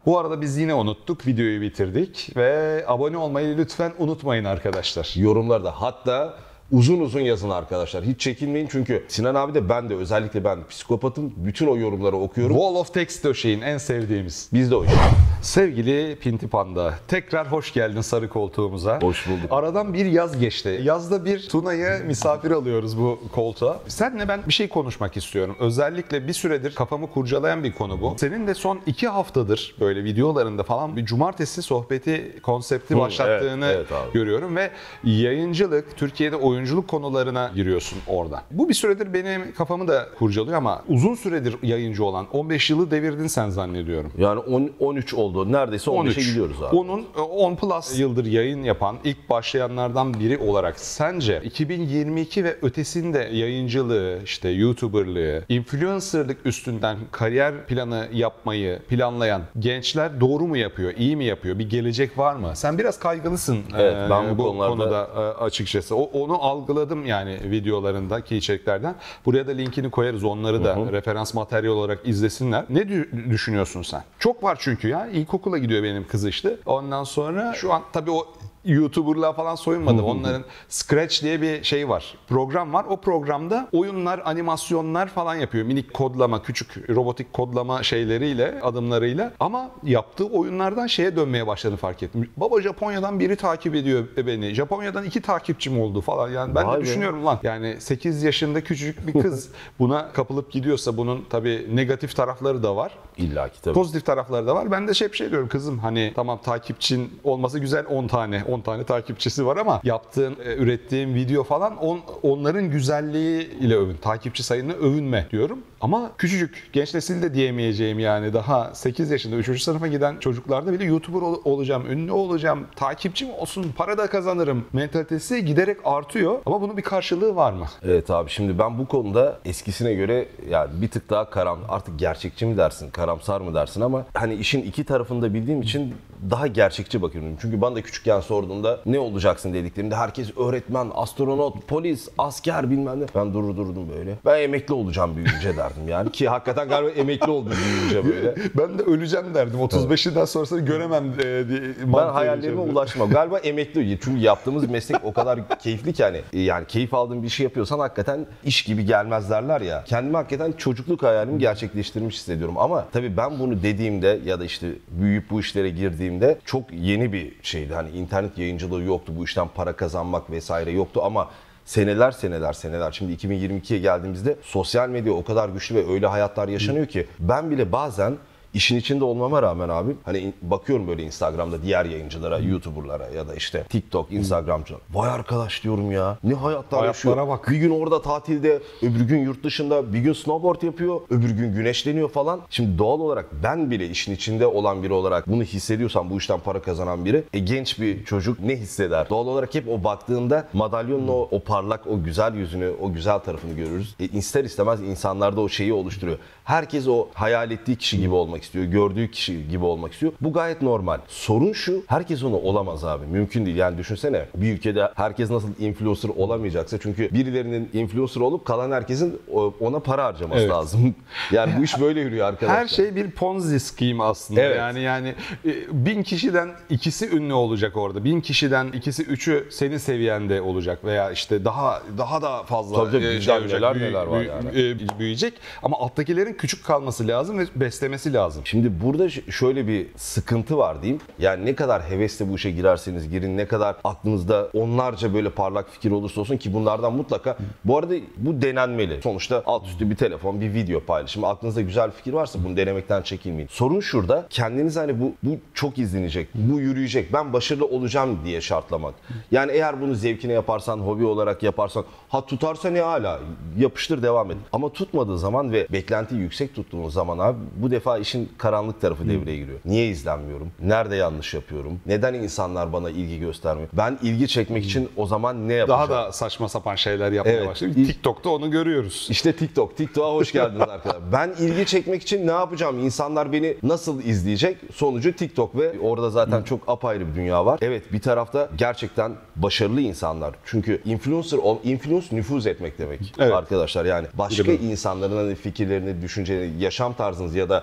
Bu arada biz yine unuttuk, videoyu bitirdik ve abone olmayı lütfen unutmayın arkadaşlar. Yorumlarda hatta uzun uzun yazın arkadaşlar. Hiç çekinmeyin çünkü Sinan abi de ben de özellikle ben psikopatım. Bütün o yorumları okuyorum. Wall of text döşeyin en sevdiğimiz. Biz de o iş. Sevgili Pinti Panda, tekrar hoş geldin sarı koltuğumuza. Hoş bulduk. Aradan bir yaz geçti. Yazda bir Tuna'yı misafir alıyoruz bu koltuğa. Seninle ben bir şey konuşmak istiyorum. Özellikle bir süredir kafamı kurcalayan bir konu bu. Senin de son 2 haftadır böyle videolarında falan bir cumartesi sohbeti konsepti başlattığını evet abi. görüyorum ve yayıncılık, Türkiye'de oyunculuk konularına giriyorsun orada. Bu bir süredir benim kafamı da kurcalıyor ama uzun süredir yayıncı olan 15 yılı devirdin sen zannediyorum. Yani 13 oldu. Neredeyse 15'e gidiyoruz abi. Onun 10 plus yıldır yayın yapan ilk başlayanlardan biri olarak sence 2022 ve ötesinde yayıncılığı, işte YouTuber'lığı, influencer'lık üstünden kariyer planı yapmayı planlayan gençler doğru mu yapıyor, iyi mi yapıyor, bir gelecek var mı? Sen biraz kaygılısın Evet, ben bu konuda açıkçası. Onu algıladım yani videolarındaki içeriklerden. Buraya da linkini koyarız, onları da referans materyal olarak izlesinler. Ne düşünüyorsun sen? Çok var çünkü ya. İlkokula gidiyor benim kız işte. Ondan sonra şu an tabii o YouTuber'lığa falan soyunmadım. Onların Scratch diye bir şey var. Program var. O programda oyunlar, animasyonlar falan yapıyor. Minik kodlama, küçük robotik kodlama şeyleriyle, adımlarıyla. Ama yaptığı oyunlardan şeye dönmeye başladığını fark ettim. Baba Japonya'dan biri takip ediyor beni. Japonya'dan 2 takipçim oldu falan. Yani ben Vay de be. düşünüyorum lan. Yani 8 yaşında küçücük bir kız buna kapılıp gidiyorsa bunun tabii negatif tarafları da var. İlla ki tabii. Pozitif tarafları da var. Ben de hep şey diyorum kızım, hani tamam takipçin olması güzel, 10 tane takipçisi var ama yaptığın, ürettiğin video falan onların güzelliğiyle övün. Takipçi sayını övünme diyorum. Ama küçücük genç nesil de diyemeyeceğim yani daha 8 yaşında 3. sınıfa giden çocuklarda bile YouTuber olacağım, ünlü olacağım, takipçim olsun, para da kazanırım mentalitesi giderek artıyor. Ama bunun bir karşılığı var mı? Evet abi, şimdi ben bu konuda eskisine göre yani bir tık daha artık gerçekçi mi dersin, karamsar mı dersin ama hani işin iki tarafını da bildiğim için daha gerçekçi bakıyorum. Çünkü bana da küçükken sorduğunda ne olacaksın dediklerinde herkes öğretmen, astronot, polis, asker bilmem ne. Ben durdum böyle. Ben emekli olacağım büyüyünce derdim yani. Ki hakikaten galiba emekli oldum büyüyünce böyle. Ben de öleceğim derdim. 35'inden sonrasını göremem diye. Ben hayallerime ulaşmam. Galiba emekli. Çünkü yaptığımız meslek o kadar keyifli ki hani. Yani keyif aldığın bir şey yapıyorsan hakikaten iş gibi gelmez derler ya. Kendimi hakikaten çocukluk hayalimi gerçekleştirmiş hissediyorum. Ama tabii ben bunu dediğimde ya da işte büyüyüp bu işlere girdiğimde çok yeni bir şeydi. Hani internet yayıncılığı yoktu. Bu işten para kazanmak vesaire yoktu ama seneler şimdi 2022'ye geldiğimizde sosyal medya o kadar güçlü ve öyle hayatlar yaşanıyor ki ben bile bazen İşin içinde olmama rağmen abi hani bakıyorum böyle Instagram'da diğer yayıncılara, YouTuber'lara ya da işte TikTok, Instagram'cılar. Vay arkadaş diyorum ya. Ne hayatlar yaşıyor. Bak. Bir gün orada tatilde, öbür gün yurt dışında, bir gün snowboard yapıyor, öbür gün güneşleniyor falan. Şimdi doğal olarak ben bile işin içinde olan biri olarak bunu hissediyorsam, bu işten para kazanan biri, genç bir çocuk ne hisseder? Doğal olarak hep o baktığında madalyonun o parlak, o güzel yüzünü, o güzel tarafını görürüz. İster istemez insanlarda o şeyi oluşturuyor. Herkes o hayal ettiği kişi gibi olmak istiyor, gördüğü kişi gibi olmak istiyor. Bu gayet normal. Sorun şu, herkes onu olamaz abi. Mümkün değil. Yani düşünsene bir ülkede herkes nasıl influencer olamayacaksa, çünkü birilerinin influencer olup kalan herkesin ona para harcaması lazım. Yani bu iş böyle yürüyor arkadaşlar. Her şey bir Ponzi scheme aslında. Evet. Yani 1000 kişiden ikisi ünlü olacak orada. 1000 kişiden ikisi, üçü senin seviyende olacak veya işte daha da fazla Tabii, şey olacak, neler var yani. büyüyecek. Ama alttakilerin küçük kalması lazım ve beslemesi lazım. Şimdi burada şöyle bir sıkıntı var diyeyim. Yani ne kadar hevesle bu işe girerseniz girin, ne kadar aklınızda onlarca böyle parlak fikir olursa olsun ki bunlardan mutlaka, bu arada bu denenmeli. Sonuçta alt üstü bir telefon, bir video paylaşımı. Aklınızda güzel bir fikir varsa bunu denemekten çekinmeyin. Sorun şurada, kendiniz hani bu çok izlenecek, bu yürüyecek, ben başarılı olacağım diye şartlamak. Yani eğer bunu zevkine yaparsan, hobi olarak yaparsan, ha tutarsa ne hala, yapıştır devam et. Ama tutmadığı zaman ve beklentiyi yüksek tuttuğunuz zaman abi bu defa işin karanlık tarafı devreye giriyor. Niye izlenmiyorum? Nerede yanlış yapıyorum? Neden insanlar bana ilgi göstermiyor? Ben ilgi çekmek için o zaman ne yapacağım? Daha da saçma sapan şeyler yapmaya başladı. TikTok'ta onu görüyoruz. İşte TikTok'a hoş geldiniz arkadaşlar. Ben ilgi çekmek için ne yapacağım? İnsanlar beni nasıl izleyecek? Sonucu TikTok ve orada zaten çok apayrı bir dünya var. Evet, bir tarafta gerçekten başarılı insanlar. Çünkü influence nüfuz etmek demek arkadaşlar. Yani başka insanların hani fikirlerini, düşüncelerini, yaşam tarzınızı ya da kimliğinizi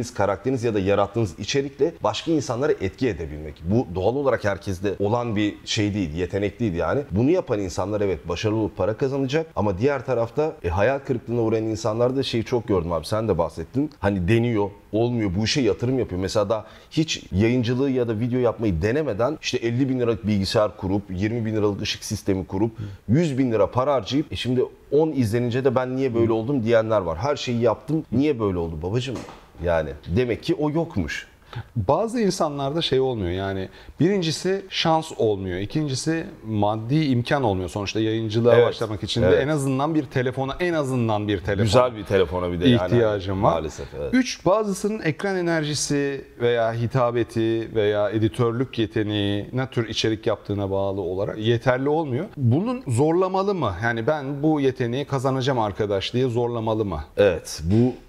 çizdiğiniz karakteriniz ya da yarattığınız içerikle başka insanlara etki edebilmek. Bu doğal olarak herkeste olan bir şey değil, yetenek değil yani. Bunu yapan insanlar evet başarılı olup para kazanacak ama diğer tarafta hayal kırıklığına uğrayan insanlar da şeyi çok gördüm abi, sen de bahsettin. Hani deniyor, olmuyor, bu işe yatırım yapıyor. Mesela daha hiç yayıncılığı ya da video yapmayı denemeden işte 50 bin liralık bilgisayar kurup, 20 bin liralık ışık sistemi kurup, 100 bin lira para harcayıp şimdi 10 izlenince de ben niye böyle oldum diyenler var. Her şeyi yaptım, niye böyle oldu babacığım? Yani demek ki o yokmuş. Bazı insanlarda şey olmuyor yani, birincisi şans olmuyor, ikincisi maddi imkan olmuyor sonuçta yayıncılığa Evet, başlamak için de evet. en azından bir telefona Güzel bir telefona bir de yani. ihtiyacım var. Maalesef evet. 3, bazısının ekran enerjisi veya hitabeti veya editörlük yeteneği ne tür içerik yaptığına bağlı olarak yeterli olmuyor. Bunun zorlamalı mı? Yani ben bu yeteneği kazanacağım arkadaş diye zorlamalı mı? Evet,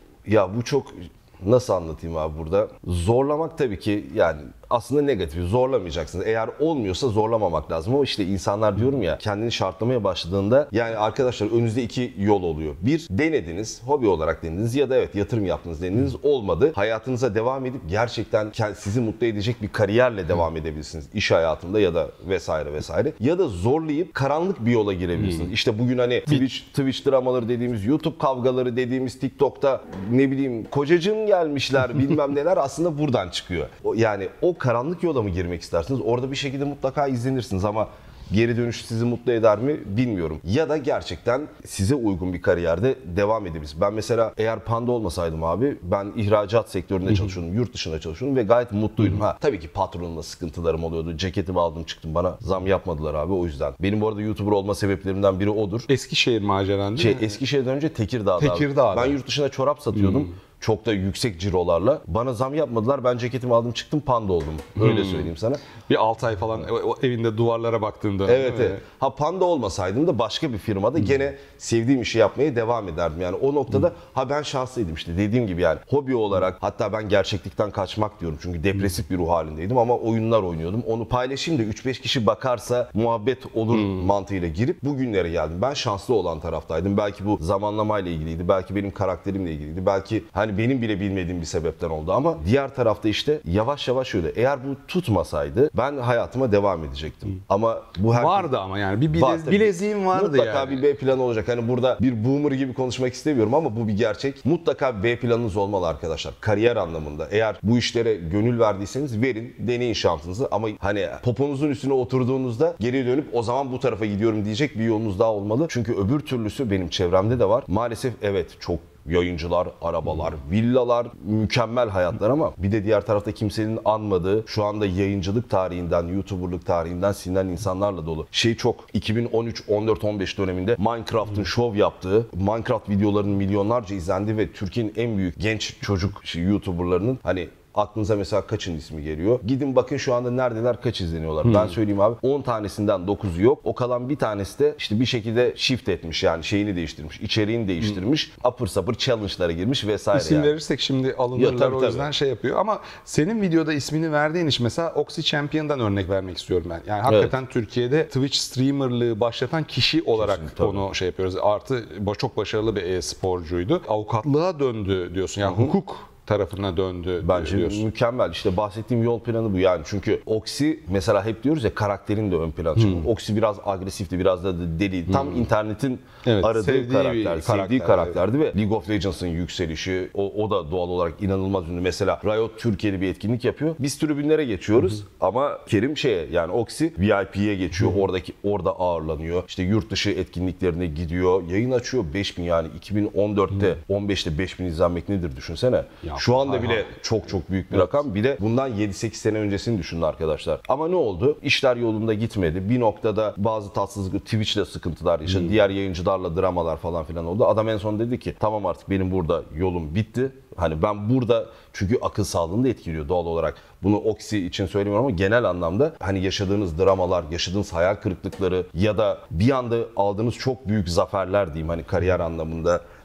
bu çok, nasıl anlatayım abi burada? Zorlamak tabii ki yani aslında negatif. Zorlamayacaksınız. Eğer olmuyorsa zorlamamak lazım. Ama işte insanlar diyorum ya, kendini şartlamaya başladığında yani arkadaşlar önünüzde 2 yol oluyor. Bir, denediniz, hobi olarak denediniz ya da evet yatırım yaptınız, denediniz, olmadı. Hayatınıza devam edip gerçekten sizi mutlu edecek bir kariyerle devam edebilirsiniz. İş hayatında ya da vesaire vesaire. Ya da zorlayıp karanlık bir yola girebilirsiniz. İşte bugün hani Twitch dramaları dediğimiz, YouTube kavgaları dediğimiz, TikTok'ta ne bileyim kocacığım gelmişler bilmem neler aslında buradan çıkıyor. Yani o karanlık yola mı girmek istersiniz? Orada bir şekilde mutlaka izlenirsiniz ama geri dönüş sizi mutlu eder mi bilmiyorum. Ya da gerçekten size uygun bir kariyerde devam edebilirsiniz. Ben mesela eğer Panda olmasaydım abi, ben ihracat sektöründe çalışıyordum, yurt dışında çalışıyordum ve gayet mutluydum. Tabii ki patronumla sıkıntılarım oluyordu. Ceketimi aldım çıktım, bana zam yapmadılar abi, o yüzden. Benim bu arada YouTuber olma sebeplerimden biri odur. Eskişehir maceran değil mi? Eskişehir'den önce Tekirdağ'da. Tekirdağ'da. Ben yurt dışında çorap satıyordum. Çok da yüksek cirolarla. Bana zam yapmadılar. Ben ceketimi aldım çıktım, Panda oldum. Öyle söyleyeyim sana. Bir 6 ay falan o evinde duvarlara baktığında. Evet, evet. Ha Panda olmasaydım da başka bir firmada gene sevdiğim işi yapmaya devam ederdim. Yani o noktada ben şanslıydım işte dediğim gibi yani. Hobi olarak, hatta ben gerçeklikten kaçmak diyorum. Çünkü depresif bir ruh halindeydim ama oyunlar oynuyordum. Onu paylaşayım da 3-5 kişi bakarsa muhabbet olur mantığıyla girip bugünlere geldim. Ben şanslı olan taraftaydım. Belki bu zamanlamayla ilgiliydi. Belki benim karakterimle ilgiliydi. Belki hani benim bile bilmediğim bir sebepten oldu ama diğer tarafta işte yavaş yavaş öyle. Eğer bu tutmasaydı ben hayatıma devam edecektim. Ama bu vardı ama yani bir bileziğim vardı mutlaka yani. bir B planı olacak. Hani burada bir boomer gibi konuşmak istemiyorum ama bu bir gerçek. Mutlaka bir B planınız olmalı arkadaşlar. Kariyer anlamında. Eğer bu işlere gönül verdiyseniz verin, deneyin şansınızı ama hani poponuzun üstüne oturduğunuzda geri dönüp o zaman bu tarafa gidiyorum diyecek bir yolunuz daha olmalı. Çünkü öbür türlüsü benim çevremde de var. Maalesef evet çok yayıncılar, arabalar, villalar, mükemmel hayatlar ama bir de diğer tarafta kimsenin anmadığı, şu anda yayıncılık tarihinden, YouTuber'lık tarihinden silinen insanlarla dolu. Çok 2013, 14, 15 döneminde Minecraft'ın şov yaptığı, Minecraft videolarının milyonlarca izlendi ve Türkiye'nin en büyük genç çocuk YouTuber'larının hani aklınıza mesela kaçın ismi geliyor? Gidin bakın şu anda neredeler, kaç izleniyorlar. Ben söyleyeyim abi 10 tanesinden 9'u yok. O kalan bir tanesi de işte bir şekilde shift etmiş yani şeyini değiştirmiş, içeriğini değiştirmiş. Apır sapır challenge'lara girmiş vesaire. İsim yani. verirsek şimdi alınırlar tabii, o yüzden şey yapıyor. Ama senin videoda ismini verdiğin iş mesela Oxy Champion'dan örnek vermek istiyorum ben. Yani hakikaten Türkiye'de Twitch streamerlığı başlatan kişi olarak onu şey yapıyoruz. Artı çok başarılı bir sporcuydu. Avukatlığa döndü diyorsun. Yani hukuk tarafına döndü Bence diyorsun. mükemmel. İşte bahsettiğim yol planı bu yani. Çünkü Oxy mesela hep diyoruz ya karakterin de ön plana çıkıyor. Oxy biraz agresifti, biraz da deli. Tam internetin aradığı karakter, sevdiği karakterdi ve League of Legends'ın yükselişi o da doğal olarak inanılmaz ünlü. Mesela Riot Türkiye'de bir etkinlik yapıyor. Biz tribünlere geçiyoruz ama Kerim yani Oxy VIP'ye geçiyor. Orada ağırlanıyor. İşte yurt dışı etkinliklerine gidiyor. Yayın açıyor 5000 yani 2014'te 15'te 5000 izlenmek nedir düşünsene. Ya, şu anda bile çok büyük bir rakam. Bir de bundan 7-8 sene öncesini düşünün arkadaşlar. Ama ne oldu? İşler yolunda gitmedi. Bir noktada bazı tatsızlık, Twitch'le sıkıntılar yaşadı. Diğer yayıncılarla dramalar falan filan oldu. Adam en son dedi ki tamam artık benim burada yolum bitti. Hani ben burada çünkü akıl sağlığını da etkiliyor doğal olarak. Bunu Oxy için söylemiyorum ama genel anlamda hani yaşadığınız dramalar, yaşadığınız hayal kırıklıkları ya da bir anda aldığınız çok büyük zaferler diyeyim hani kariyer anlamında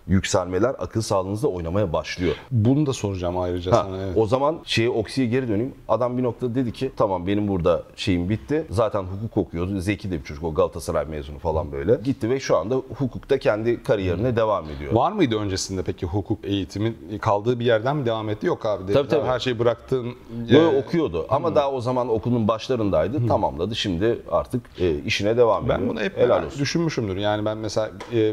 yükselmeler akıl sağlığınızda oynamaya başlıyor. Bunu da soracağım ayrıca sana. Evet. O zaman Oksi'ye geri döneyim. Adam bir noktada dedi ki tamam benim burada şeyim bitti. Zaten hukuk okuyordu. Zeki de bir çocuk. O Galatasaray mezunu falan böyle. Gitti ve şu anda hukukta kendi kariyerine devam ediyor. Var mıydı öncesinde peki hukuk eğitimi kaldığı bir yerden mi devam etti? Yok abi dedi. Tabii. Her şeyi bıraktın. Okuyordu ama daha o zaman okulun başlarındaydı. Tamamladı. Şimdi artık işine devam ediyor. Ben bunu hep helal olsun. düşünmüşümdür. Yani ben mesela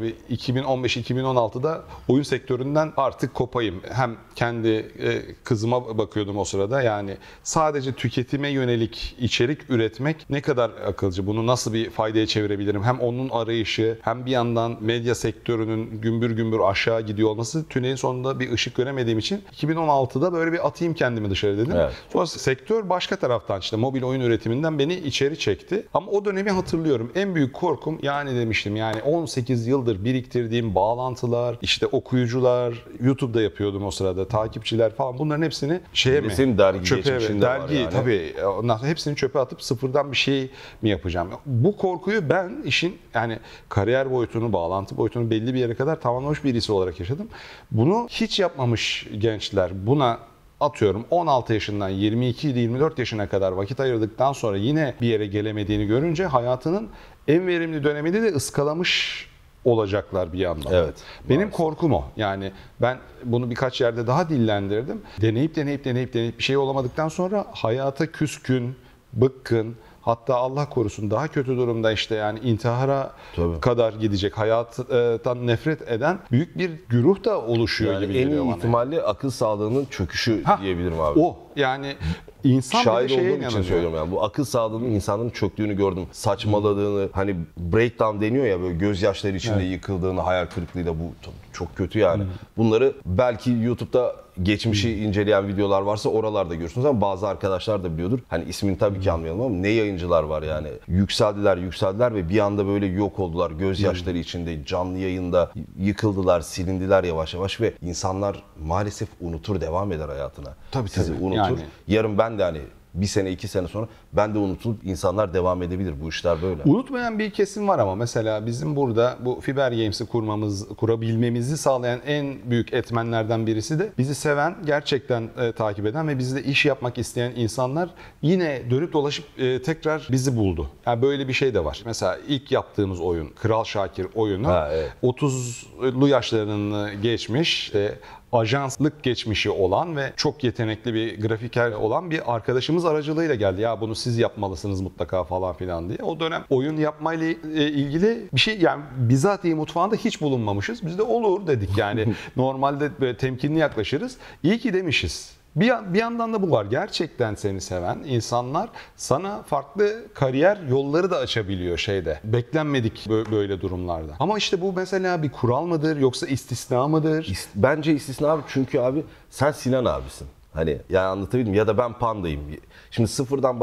2015-2016'da oyun sektöründen artık kopayım. Hem kendi kızıma bakıyordum o sırada. Yani sadece tüketime yönelik içerik üretmek ne kadar akılcı? Bunu nasıl bir faydaya çevirebilirim? Hem onun arayışı hem bir yandan medya sektörünün gümbür gümbür aşağı gidiyor olması, tünelin sonunda bir ışık göremediğim için 2016'da böyle bir atayım kendimi dışarı dedim. Evet. Sonra sektör başka taraftan işte mobil oyun üretiminden beni içeri çekti. Ama o dönemi hatırlıyorum. En büyük korkum yani demiştim yani 18 yıldır biriktirdiğim bağlantılar, işte okuyucular, YouTube'da yapıyordum o sırada, takipçiler falan, bunların hepsini Senin dergi çöpe, geçmişinde var dergi yani. tabii, ondan sonra hepsini çöpe atıp sıfırdan bir şey mi yapacağım? Bu korkuyu ben işin yani kariyer boyutunu, bağlantı boyutunu belli bir yere kadar tamamlamış birisi olarak yaşadım. Bunu hiç yapmamış gençler buna atıyorum 16 yaşından 22-24 yaşına kadar vakit ayırdıktan sonra yine bir yere gelemediğini görünce hayatının en verimli dönemini de ıskalamış olacaklar bir yandan. Evet. Benim Maalesef. korkum o. Yani ben bunu birkaç yerde daha dillendirdim. Deneyip bir şey olamadıktan sonra hayata küskün, bıkkın, hatta Allah korusun daha kötü durumda işte yani intihara Tabii. kadar gidecek, hayattan nefret eden büyük bir güruh da oluşuyor Yani gibi en geliyor iyi bana. ihtimalle akıl sağlığının çöküşü diyebilirim abi. O yani insan bir de Şahit şeye olduğum için inanıyor. söylüyorum yani. Bu akıl sağlığının insanların çöktüğünü gördüm. Saçmaladığını, hani breakdown deniyor ya, böyle gözyaşları içinde yıkıldığını, hayal kırıklığıyla, bu çok kötü yani. Bunları belki YouTube'da geçmişi inceleyen videolar varsa oralarda görürsünüz ama bazı arkadaşlar da biliyordur. Hani ismini tabii ki anmayalım ama ne yayıncılar var yani. Yükseldiler ve bir anda böyle yok oldular. Gözyaşları içinde canlı yayında yıkıldılar, silindiler yavaş yavaş ve insanlar maalesef unutur, devam eder hayatına. Tabii, Sizi tabii. unutur. Yani. Yarın ben de hani bir sene, 2 sene sonra ben de unutulup insanlar devam edebilir. Bu işler böyle. Unutmayan bir kesim var ama mesela bizim burada bu Fiber Games'i kurabilmemizi sağlayan en büyük etmenlerden birisi de bizi seven, gerçekten takip eden ve bizle iş yapmak isteyen insanlar yine dönüp dolaşıp tekrar bizi buldu. Yani böyle bir şey de var. Mesela ilk yaptığımız oyun Kral Şakir oyunu, Evet. 30'lu yaşlarını geçmiş, ajanslık geçmişi olan ve çok yetenekli bir grafiker olan bir arkadaşımız aracılığıyla geldi. Ya bunu siz yapmalısınız mutlaka falan filan diye. O dönem oyun yapmayla ilgili bir şey, yani bizatihi mutfağında hiç bulunmamışız. Biz de olur dedik yani. Normalde böyle temkinli yaklaşırız. İyi ki demişiz. Bir yandan da bu var. Gerçekten seni seven insanlar sana farklı kariyer yolları da açabiliyor şeyde. Beklenmedik böyle durumlarda. Ama işte bu mesela bir kural mıdır yoksa istisna mıdır? Bence istisna abi, çünkü abi sen Sinan abisin. Hani yani anlatabildim, ya da ben Panda'yım. Şimdi sıfırdan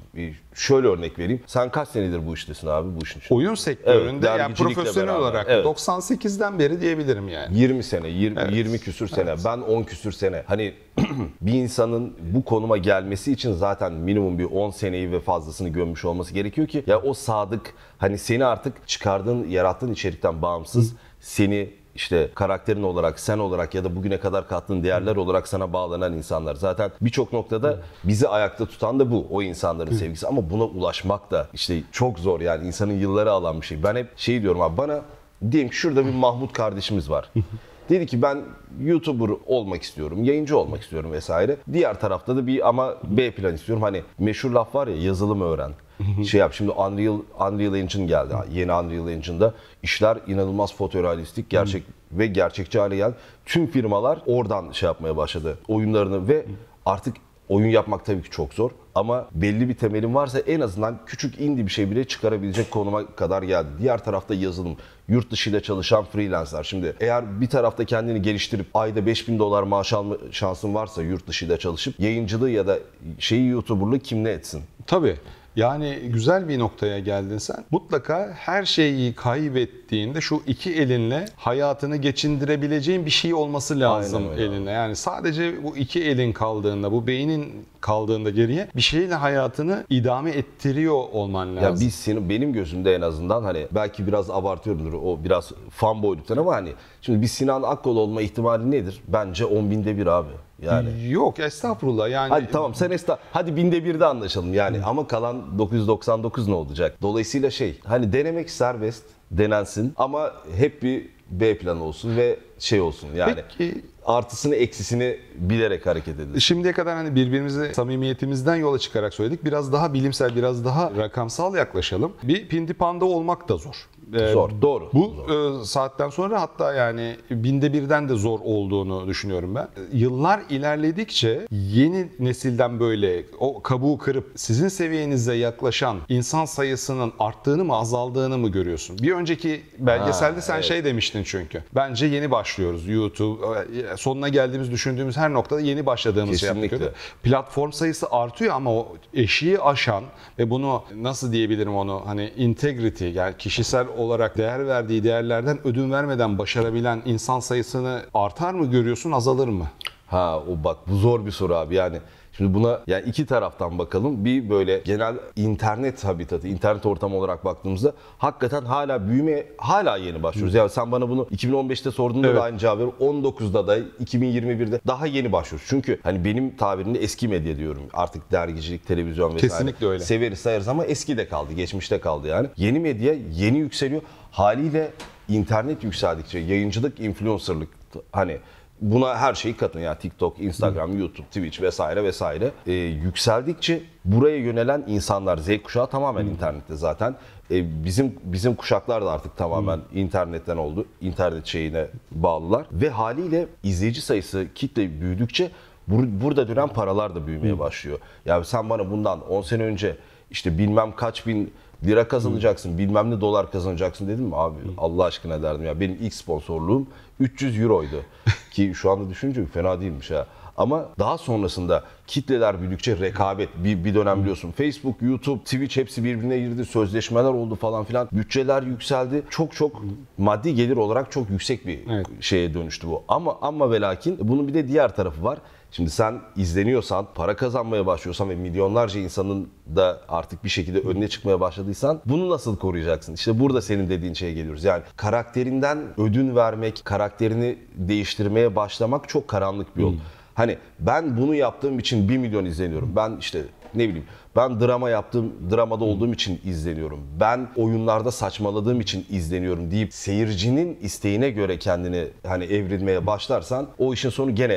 şöyle örnek vereyim. Sen kaç senedir bu iştesin abi, bu işin için? Oyun sektöründe Evet, yani dergicilikle profesyonel beraber. olarak Evet. 98'den beri diyebilirim yani. 20 sene, 20 küsür sene, ben 10 küsür sene. Hani bir insanın bu konuma gelmesi için zaten minimum bir 10 seneyi ve fazlasını gömmüş olması gerekiyor ki ya o sadık, hani seni artık çıkardığın, yarattığın içerikten bağımsız seni işte karakterin olarak, sen olarak ya da bugüne kadar kattığın değerler olarak sana bağlanan insanlar. Zaten birçok noktada bizi ayakta tutan da bu, o insanların sevgisi. Ama buna ulaşmak da işte çok zor yani, insanın yılları alan bir şey. Ben hep şey diyorum abi, bana diyelim ki şurada bir Mahmut kardeşimiz var. Dedi ki ben YouTuber olmak istiyorum, yayıncı olmak istiyorum vesaire. Diğer tarafta da bir ama B plan istiyorum. Hani meşhur laf var ya, yazılım öğren. Şey yap, şimdi Unreal Engine geldi. Yeni Unreal Engine'da işler inanılmaz fotorealistik, gerçekçi hale geldi. Tüm firmalar oradan şey yapmaya başladı oyunlarını ve artık oyun yapmak tabii ki çok zor ama belli bir temelin varsa en azından küçük indie bir şey bile çıkarabilecek konuma kadar geldi. Diğer tarafta yazılım, yurt dışıyla çalışan freelancer. Şimdi eğer bir tarafta kendini geliştirip ayda $5.000 maaş alma şansın varsa yurt dışıyla çalışıp yayıncılığı ya da YouTuber'lığı kim ne etsin? Tabii. Yani güzel bir noktaya geldin sen. Mutlaka her şeyi kaybettiğinde şu iki elinle hayatını geçindirebileceğin bir şey olması lazım eline. Yani sadece bu iki elin kaldığında, bu beynin kaldığında geriye bir şeyle hayatını idame ettiriyor olman lazım. Ya benim gözümde en azından hani belki biraz abartıyorumdur o biraz fanboyluktan ama hani şimdi bir Sinan Akkol olma ihtimali nedir? Bence 10.000'de 1 abi. Yani Yok estağfurullah yani. hadi tamam hadi 1.000'de anlaşalım yani ama kalan 999 ne olacak? Dolayısıyla hani denemek serbest, denensin ama hep bir B planı olsun ve olsun yani. Peki, artısını eksisini bilerek hareket edilir. şimdiye kadar hani birbirimize samimiyetimizden yola çıkarak söyledik. Biraz daha bilimsel, biraz daha rakamsal yaklaşalım. Bir pindi panda olmak da zor. Zor, doğru. Bu saatten sonra hatta yani 1/1000'den de zor olduğunu düşünüyorum ben. Yıllar ilerledikçe yeni nesilden böyle o kabuğu kırıp sizin seviyenize yaklaşan insan sayısının arttığını mı azaldığını mı görüyorsun? Bir önceki belgeselde sen demiştin çünkü. Bence yeni başlıyoruz. YouTube sonuna geldiğimiz düşündüğümüz her noktada yeni başladığımız şey yaptık. Platform sayısı artıyor ama o eşiği aşan ve bunu nasıl diyebilirim onu hani integrity yani kişisel olarak değer verdiği değerlerden ödün vermeden başarabilen insan sayısını artar mı görüyorsun, azalır mı? Bu zor bir soru abi yani. Şimdi buna yani iki taraftan bakalım. Bir böyle genel internet habitatı, internet ortamı olarak baktığımızda hakikaten hala büyümeye hala yeni başlıyoruz. Yani sen bana bunu 2015'te sorduğunda da aynı cevabı veriyorum. 19'da da 2021'de daha yeni başlıyoruz. Çünkü hani benim tabirimde eski medya diyorum. Artık dergicilik, televizyon vesaire. Kesinlikle öyle. Severiz sayarız ama eski de kaldı, geçmişte kaldı yani. Yeni medya yeni yükseliyor. Haliyle internet yükseldikçe yayıncılık, influencerlık hani buna her şeyi katın yani TikTok, Instagram, YouTube, Twitch vesaire yükseldikçe buraya yönelen insanlar Z kuşağı tamamen internette zaten. Bizim kuşaklar da artık tamamen internetten oldu. İnternet şeyine bağlılar ve haliyle izleyici sayısı kitle büyüdükçe burada dönen paralar da büyümeye başlıyor. Yani sen bana bundan 10 sene önce işte bilmem kaç bin lira kazanacaksın, bilmem ne dolar kazanacaksın dedim mi abi? Allah aşkına derdim ya. Benim ilk sponsorluğum 300 euroydu. Ki şu anda düşününce fena değilmiş ha. Ama daha sonrasında kitleler büyüdükçe rekabet bir dönem biliyorsun. Facebook, YouTube, Twitch hepsi birbirine girdi. Sözleşmeler oldu falan filan. Bütçeler yükseldi. Çok maddi gelir olarak çok yüksek bir şeye dönüştü bu. Ama ve lakin bunun bir de diğer tarafı var. Şimdi sen izleniyorsan, para kazanmaya başlıyorsan ve milyonlarca insanın da artık bir şekilde önüne çıkmaya başladıysan bunu nasıl koruyacaksın? İşte burada senin dediğin şeye geliyoruz. Yani karakterinden ödün vermek, karakterini değiştirmeye başlamak çok karanlık bir yol. Hani ben bunu yaptığım için 1 milyon izleniyorum. Ben işte ne bileyim ben dramada olduğum için izleniyorum. Ben oyunlarda saçmaladığım için izleniyorum deyip seyircinin isteğine göre kendini hani evrilmeye başlarsan o işin sonu gene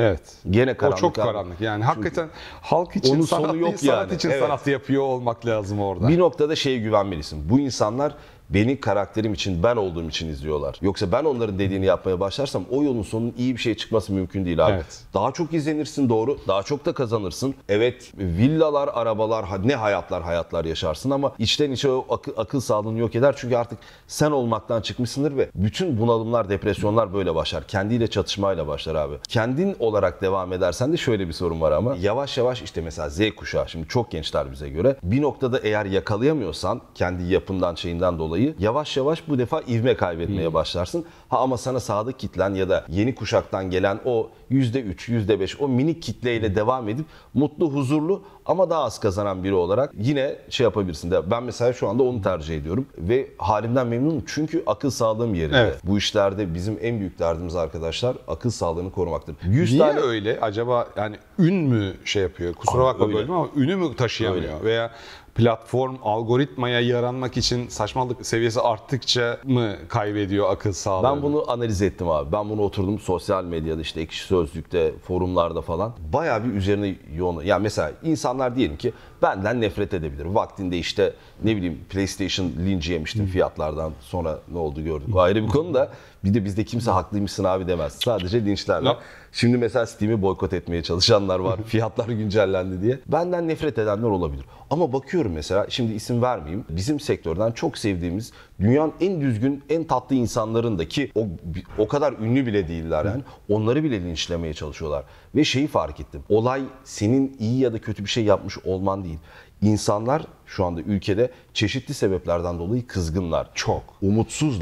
gene karanlık. O çok karanlık. Yani hakikaten halk için sanat değil, sanat için sanat yapıyor olmak lazım orada. Bir noktada güvenmelisin. Bu insanlar beni karakterim için, ben olduğum için izliyorlar. Yoksa ben onların dediğini yapmaya başlarsam o yolun sonunun iyi bir şey çıkması mümkün değil abi. Evet. Daha çok izlenirsin doğru, daha çok da kazanırsın. Evet villalar, arabalar, ne hayatlar yaşarsın ama içten içe o akıl sağlığını yok eder. Çünkü artık sen olmaktan çıkmışsındır ve bütün bunalımlar, depresyonlar böyle başlar. Kendiyle çatışmayla başlar abi. Kendin olarak devam edersen de şöyle bir sorun var ama yavaş yavaş işte mesela Z kuşağı şimdi çok gençler bize göre. Bir noktada eğer yakalayamıyorsan kendi yapından dolayı yavaş yavaş bu defa ivme kaybetmeye başlarsın. Ama sana sadık kitlen ya da yeni kuşaktan gelen o %3, %5 o minik kitleyle devam edip mutlu, huzurlu ama daha az kazanan biri olarak yine yapabilirsin. Ben mesela şu anda onu tercih ediyorum ve halimden memnunum çünkü akıl sağlığım yerinde. Evet. Bu işlerde bizim en büyük derdimiz arkadaşlar akıl sağlığını korumaktır. Niye öyle? Acaba yani ün mü yapıyor? Kusura bakma bölüm ama ünü mü taşıyamıyor? Öyle. Veya platform algoritmaya yaranmak için saçmalık seviyesi arttıkça mı kaybediyor akıl sağlığını? Ben bunu analiz ettim abi. Ben bunu oturdum sosyal medyada işte Ekşi Sözlük'te, forumlarda falan. Bayağı bir üzerine yoğun. Yani mesela insanlar diyelim ki benden nefret edebilir. Vaktinde işte ne bileyim PlayStation linci yemiştim fiyatlardan. Sonra ne oldu gördük. O ayrı bir konu da bir de bizde kimse haklıymışsın abi demez. Sadece linçlerle. Şimdi mesela Steam'i boykot etmeye çalışanlar var. Fiyatlar güncellendi diye. Benden nefret edenler olabilir. Ama bakıyorum mesela şimdi isim vermeyeyim. Bizim sektörden çok sevdiğimiz dünyanın en düzgün, en tatlı insanların da ki o kadar ünlü bile değiller yani. Onları bile linçlemeye çalışıyorlar. Ve fark ettim. Olay senin iyi ya da kötü bir şey yapmış olman değil. İnsanlar şu anda ülkede çeşitli sebeplerden dolayı kızgınlar. Çok. Umutsuzlar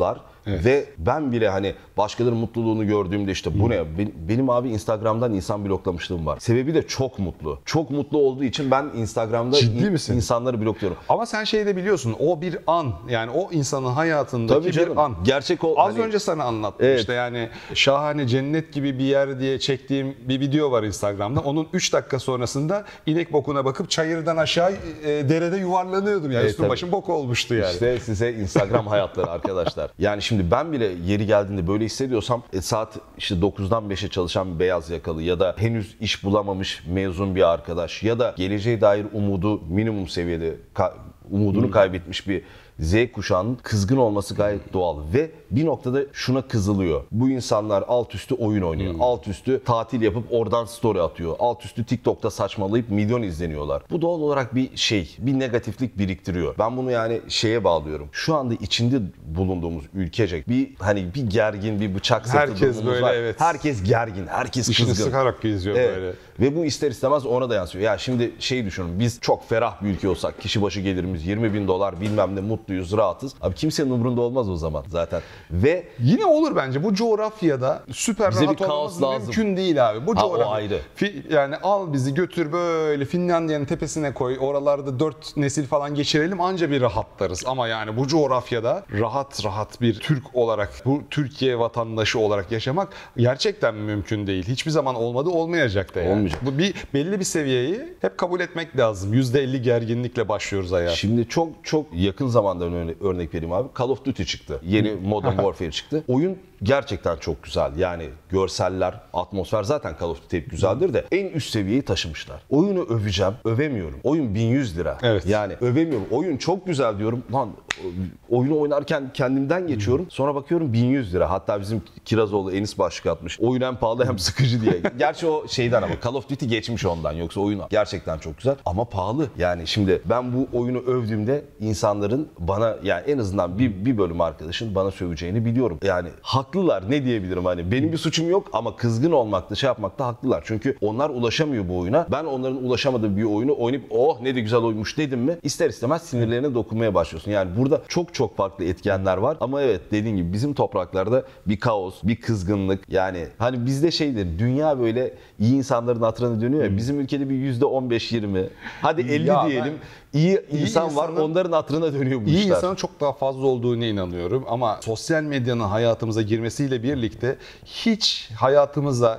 Ve ben bile hani başkalarının mutluluğunu gördüğümde işte bu ne? Benim abi Instagram'dan insan bloklamışlığım var. Sebebi de çok mutlu. Çok mutlu olduğu için ben Instagram'da insanları blokluyorum. Ama sen şey de biliyorsun, o bir an. Yani o insanın hayatındaki bir an. Gerçek o. Az önce sana anlattım işte, yani şahane cennet gibi bir yer diye çektiğim bir video var Instagram'da. Onun 3 dakika sonrasında inek bokuna bakıp çayırdan aşağı derede yuvarlanıyordum. Yani üstüm başım bok olmuştu yani. İşte size Instagram hayatları arkadaşlar. Yani şimdi ben bile yeri geldiğinde böyle hissediyorsam saat işte 9'dan 5'e çalışan bir beyaz yakalı ya da henüz iş bulamamış mezun bir arkadaş ya da geleceğe dair umudu minimum seviyede umudunu kaybetmiş bir Z kuşağının kızgın olması gayet doğal ve bir noktada şuna kızılıyor. Bu insanlar alt üstü oyun oynuyor. Alt üstü tatil yapıp oradan story atıyor. Alt üstü TikTok'ta saçmalayıp milyon izleniyorlar. Bu doğal olarak bir negatiflik biriktiriyor. Ben bunu yani şeye bağlıyorum. Şu anda içinde bulunduğumuz ülkecek bir gergin, bir bıçak sırtı herkes böyle var. evet. Herkes gergin, herkes İşini kızgın. sıkarak geziyor böyle. Ve bu ister istemez ona da yansıyor. Ya şimdi düşünün, biz çok ferah bir ülke olsak, kişi başı gelirimiz $20.000 bilmem ne, mutluyuz, rahatız. Abi kimsenin umurunda olmaz o zaman zaten. Ve yine olur bence bu coğrafyada süper bize rahat bir kaos olmamız mümkün değil abi. Bu coğrafya. O ayrı. Yani al bizi götür böyle Finlandiya'nın tepesine koy. Oralarda 4 nesil falan geçirelim, anca bir rahatlarız. Ama yani bu coğrafyada rahat bir Türk olarak, bu Türkiye vatandaşı olarak yaşamak gerçekten mümkün değil. Hiçbir zaman olmadı, olmayacak da yani. Olmayacak. Bu belli bir seviyeyi hep kabul etmek lazım. %50 gerginlikle başlıyoruz hayata. Şimdi çok yakın zamanda örnek vereyim abi. Call of Duty çıktı. Yeni Modern Warfare çıktı. Oyun gerçekten çok güzel. Yani görseller, atmosfer, zaten Call of Duty hep güzeldir de en üst seviyeyi taşımışlar. Oyunu öveceğim, övemiyorum. Oyun 1100 lira. Evet. Yani övemiyorum. Oyun çok güzel diyorum. Lan oyunu oynarken kendimden geçiyorum. Sonra bakıyorum 1100 lira. Hatta bizim Kirazoğlu Enis başlık atmış. Oyun hem pahalı hem sıkıcı diye. Gerçi o şeyden, ama Call of Duty geçmiş ondan. Yoksa oyun gerçekten çok güzel ama pahalı. Yani şimdi ben bu oyunu övdüğümde insanların bana, yani en azından bir bölüm arkadaşın bana söveceğini biliyorum. Yani haklılar, ne diyebilirim, hani benim bir suçum yok ama kızgın olmakta, şey yapmakta haklılar. Çünkü onlar ulaşamıyor bu oyuna. Ben onların ulaşamadığı bir oyunu oynayıp oh ne de güzel oymuş dedim mi, ister istemez sinirlerine dokunmaya başlıyorsun. Yani burada çok farklı etkenler var ama evet, dediğin gibi bizim topraklarda bir kaos, bir kızgınlık, yani hani bizde şeydir, dünya böyle iyi insanların hatırına dönüyor ya, bizim ülkede bir %15-20, hadi 50 Ya diyelim, iyi insan var, onların hatırına dönüyor bu işler. İyi insanın çok daha fazla olduğuna inanıyorum ama sosyal medyanın hayatımıza girmesiyle birlikte hiç hayatımıza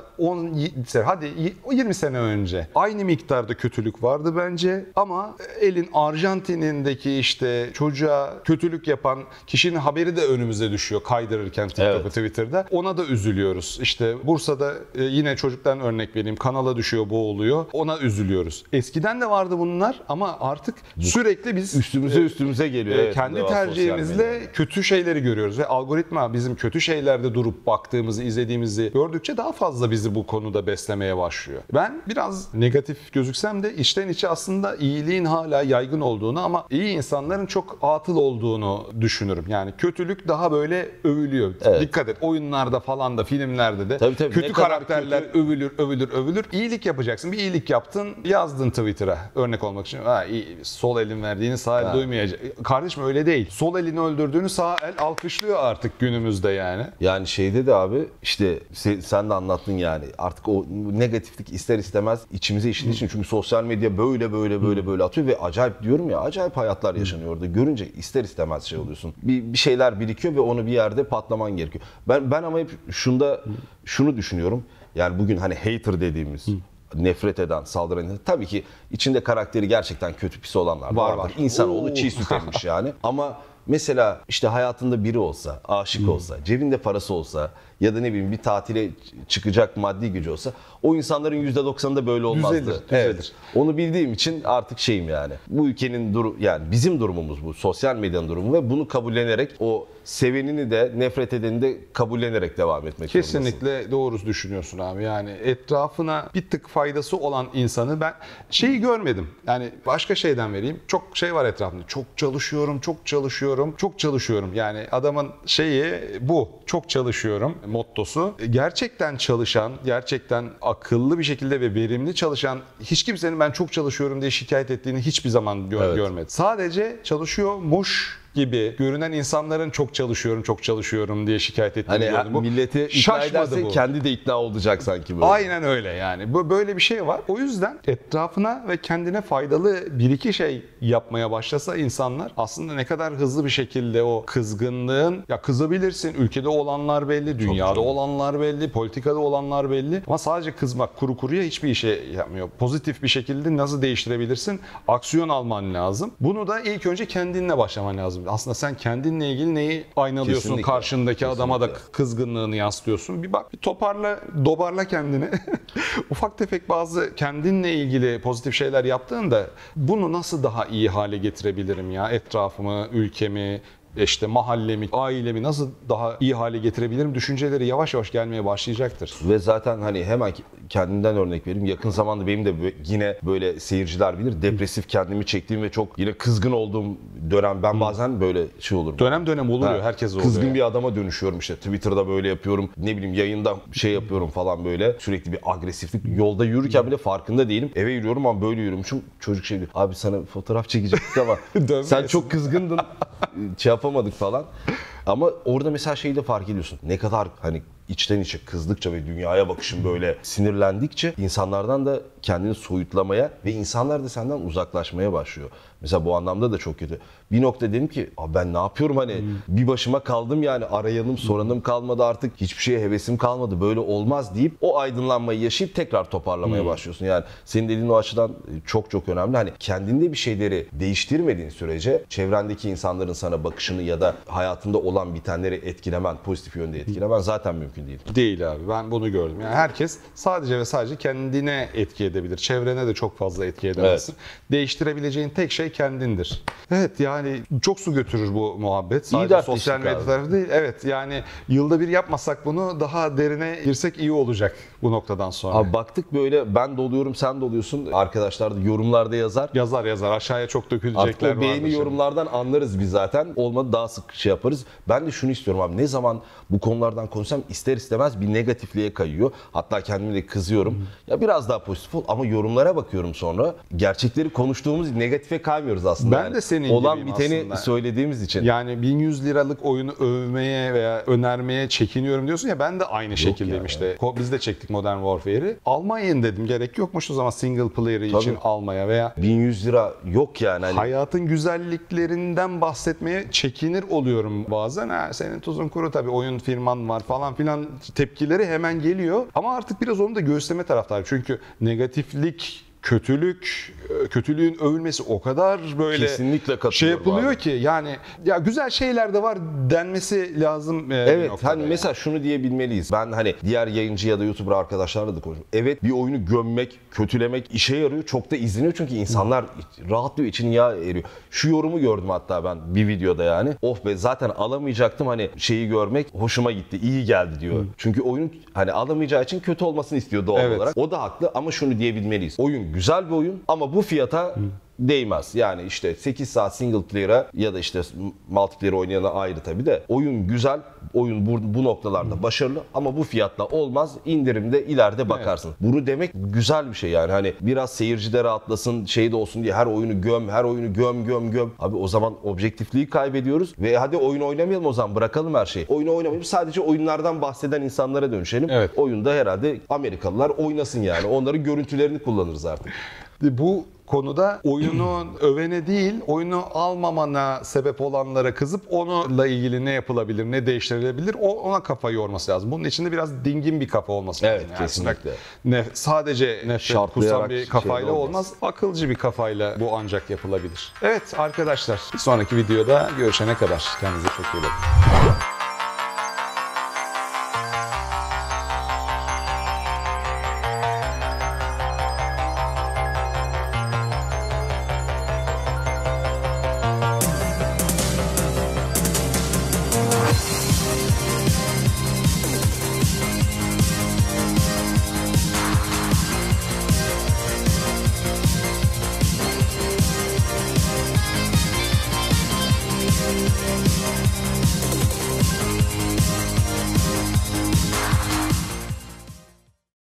20 sene önce aynı miktarda kötülük vardı bence, ama elin Arjantin'indeki işte çocuğa kötülük yapan kişinin haberi de önümüze düşüyor kaydırırken TikTok'u, Twitter'da. Ona da üzülüyoruz. İşte Bursa'da yine çocuktan örnek vereyim, kanala düşüyor, boğuluyor. Ona üzülüyoruz. Eskiden de vardı bunlar ama artık sürekli biz üstümüze geliyor. Evet, kendi tercihimizle kötü şeyleri görüyoruz ve algoritma bizim kötü şeylerde durup baktığımızı, izlediğimizi gördükçe daha fazla bizi bu konuda beslemeye başlıyor. Ben biraz negatif gözüksem de içten içe aslında iyiliğin hala yaygın olduğunu ama iyi insanların çok atıl olduğunu düşünürüm. Yani kötülük daha böyle övülüyor. Evet. Dikkat et, oyunlarda falan da, filmlerde de tabii, kötü ne kadar karakterler övülür. İyilik yapacaksın. Bir iyilik yaptın, yazdın Twitter'a örnek olmak için. Sol elin verdiğini sağ el duymayacak. Kardeşim öyle değil. Sol elini öldürdüğünü sağ el alkışlıyor artık günümüzde yani. Yani şeyde de abi işte sen de anlattın, yani artık o negatiflik ister istemez içimize işlediği için, çünkü sosyal medya böyle atıyor ve acayip, diyorum ya, acayip hayatlar yaşanıyor orada. Görünce ister istemez şey oluyorsun. Bir şeyler birikiyor ve onu bir yerde patlaman gerekiyor. Ben ama hep şunu düşünüyorum. Yani bugün hani hater dediğimiz, nefret eden, saldıran, tabii ki içinde karakteri gerçekten kötü, pis olanlar var. İnsanoğlu çiğ süt emmiş yani. Ama mesela işte hayatında biri olsa, aşık olsa, cebinde parası olsa ya da ne bileyim bir tatile çıkacak maddi gücü olsa, o insanların %90'ında böyle olmazdı. Düzelir. Evet. Onu bildiğim için artık şeyim yani. Bu ülkenin yani bizim durumumuz bu. Sosyal medyanın durumu ve bunu kabullenerek, o sevenini de nefret edeni de kabullenerek devam etmek zorundasın. Kesinlikle doğru düşünüyorsun abi. Yani etrafına bir tık faydası olan insanı ben şeyi görmedim. Yani başka şeyden vereyim. Çok şey var etrafında. Çok çalışıyorum. Yani adamın şeyi bu. Çok çalışıyorum mottosu. Gerçekten çalışan, gerçekten akıllı bir şekilde ve verimli çalışan hiç kimsenin ben çok çalışıyorum diye şikayet ettiğini hiçbir zaman görmedim. Sadece çalışıyormuş gibi görünen insanların çok çalışıyorum diye şikayet ettiğini Hani gördüm. Bu milleti ikna şaşmadı ederse bu. kendi de ikna olacak sanki böyle. Aynen öyle yani. Böyle bir şey var. O yüzden etrafına ve kendine faydalı bir iki şey yapmaya başlasa insanlar aslında ne kadar hızlı bir şekilde o kızgınlığın, ya kızabilirsin, ülkede olanlar belli, dünyada olanlar belli, politikada olanlar belli, ama sadece kızmak kuru kuruya hiçbir işe yapmıyor. Pozitif bir şekilde nasıl değiştirebilirsin? Aksiyon alman lazım. Bunu da ilk önce kendinle başlaman lazım. Aslında sen kendinle ilgili neyi aynalıyorsun? Kesinlikle. Karşındaki adama da kızgınlığını yansıtıyorsun. Bir bak, bir dobarla kendini. Ufak tefek bazı kendinle ilgili pozitif şeyler yaptığında bunu nasıl daha iyi hale getirebilirim ya? Etrafımı, ülkemi, işte mahallemi, ailemi nasıl daha iyi hale getirebilirim? Düşünceleri yavaş yavaş gelmeye başlayacaktır. Ve zaten hani hemen kendimden örnek vereyim. Yakın zamanda benim de yine böyle seyirciler bilir, depresif kendimi çektiğim ve çok yine kızgın olduğum dönem. Ben bazen böyle şey olurum. Dönem dönem oluyor, herkes oluyor. Kızgın bir adama dönüşüyorum işte. Twitter'da böyle yapıyorum. Ne bileyim yayında şey yapıyorum falan böyle. Sürekli bir agresiflik. Yolda yürürken bile farkında değilim. Eve yürüyorum ama böyle yürümüşüm. Çocuk şey diyor. Abi sana fotoğraf çekecektik ama sen çok kızgındın. Şey yapamadık falan. Ama orada mesela şeyi de fark ediyorsun. Ne kadar hani içten içe kızdıkça ve dünyaya bakışın böyle sinirlendikçe insanlardan da kendini soyutlamaya ve insanlar da senden uzaklaşmaya başlıyor. Mesela bu anlamda da çok kötü. Bir nokta dedim ki ben ne yapıyorum hani bir başıma kaldım yani, arayanım soranım kalmadı artık, hiçbir şeye hevesim kalmadı, böyle olmaz deyip o aydınlanmayı yaşayıp tekrar toparlamaya başlıyorsun. Yani senin dediğin o açıdan çok çok önemli. Hani kendinde bir şeyleri değiştirmediğin sürece çevrendeki insanların sana bakışını ya da hayatında olan bitenleri etkilemen, pozitif yönde etkilemen zaten mümkün değil. Değil abi. Ben bunu gördüm. Yani herkes sadece ve sadece kendine etki edebilir. Çevrene de çok fazla etki edemezsin. Değiştirebileceğin tek şey kendindir. Evet, yani çok su götürür bu muhabbet. Sadece sosyal medya tarafı değil. Evet, yani yılda bir yapmasak bunu, daha derine girsek iyi olacak bu noktadan sonra. Abi baktık böyle, ben doluyorum sen doluyorsun. Arkadaşlar da yorumlarda yazar. Yazar. Aşağıya çok dökülecekler Artık o vardır. beğeni yorumlardan anlarız biz zaten. Olmadı daha sık şey yaparız. Ben de şunu istiyorum abi. Ne zaman bu konulardan konuşsam ister istemez bir negatifliğe kayıyor. Hatta kendime de kızıyorum. Ya biraz daha pozitif ol, ama yorumlara bakıyorum sonra. Gerçekleri konuştuğumuz negatife kaymıyoruz aslında. Ben yani. de senin olan gibiyim biteni aslında. Söylediğimiz için. Yani 1100 liralık oyunu övmeye veya önermeye çekiniyorum diyorsun ya, ben de aynı şekildeyim yani. işte. Biz de çektik Modern Warfare'i. Almayın dedim, gerek yokmuş o zaman single player'ı için almaya veya 1100 lira yok yani. Hani hayatın güzelliklerinden bahsetmeye çekinir oluyorum bazen. Senin tuzun kuru, tabii oyun firman var falan filan tepkileri hemen geliyor. Ama artık biraz onu da göğüsleme taraftarı. Çünkü negatiflik, kötülüğün övülmesi o kadar böyle kesinlikle şey yapılıyor abi. ki, yani ya güzel şeyler de var denmesi lazım. Evet, hani mesela şunu diyebilmeliyiz. Ben hani diğer yayıncı ya da YouTuber arkadaşlarla da konuşuyorum. Evet, bir oyunu gömmek, kötülemek işe yarıyor. Çok da izleniyor çünkü insanlar rahatlıyor, için yağ eriyor. Şu yorumu gördüm hatta ben bir videoda yani. Of be, zaten alamayacaktım, hani şeyi görmek hoşuma gitti, iyi geldi diyor. Çünkü oyun hani alamayacağı için kötü olmasını istiyor doğal olarak. O da haklı, ama şunu diyebilmeliyiz. Oyun güzel bir oyun ama bu fiyata değmez. Yani işte 8 saat single player'a ya da işte multiplayer oynayana ayrı tabii de, oyun güzel, oyun bu noktalarda başarılı ama bu fiyatla olmaz. İndirimde ileride bakarsın. Evet. Bunu demek güzel bir şey yani. Hani biraz seyirci de rahatlasın, şey de olsun diye her oyunu göm. Abi o zaman objektifliği kaybediyoruz ve hadi oyun oynamayalım o zaman, bırakalım her şeyi. Oyunu oynamayıp sadece oyunlardan bahseden insanlara dönüşelim. Evet. Oyunda herhalde Amerikalılar oynasın yani. Onların görüntülerini kullanırız artık. Bu konuda oyunu övene değil, oyunu almamana sebep olanlara kızıp onunla ilgili ne yapılabilir, ne değiştirilebilir, ona kafa yorması lazım. Bunun içinde biraz dingin bir kafa olması lazım. Evet, kesinlikle. Sadece nefret kusan bir kafayla olmaz. Akılcı bir kafayla bu ancak yapılabilir. Evet arkadaşlar, bir sonraki videoda görüşene kadar kendinize çok iyi bakın.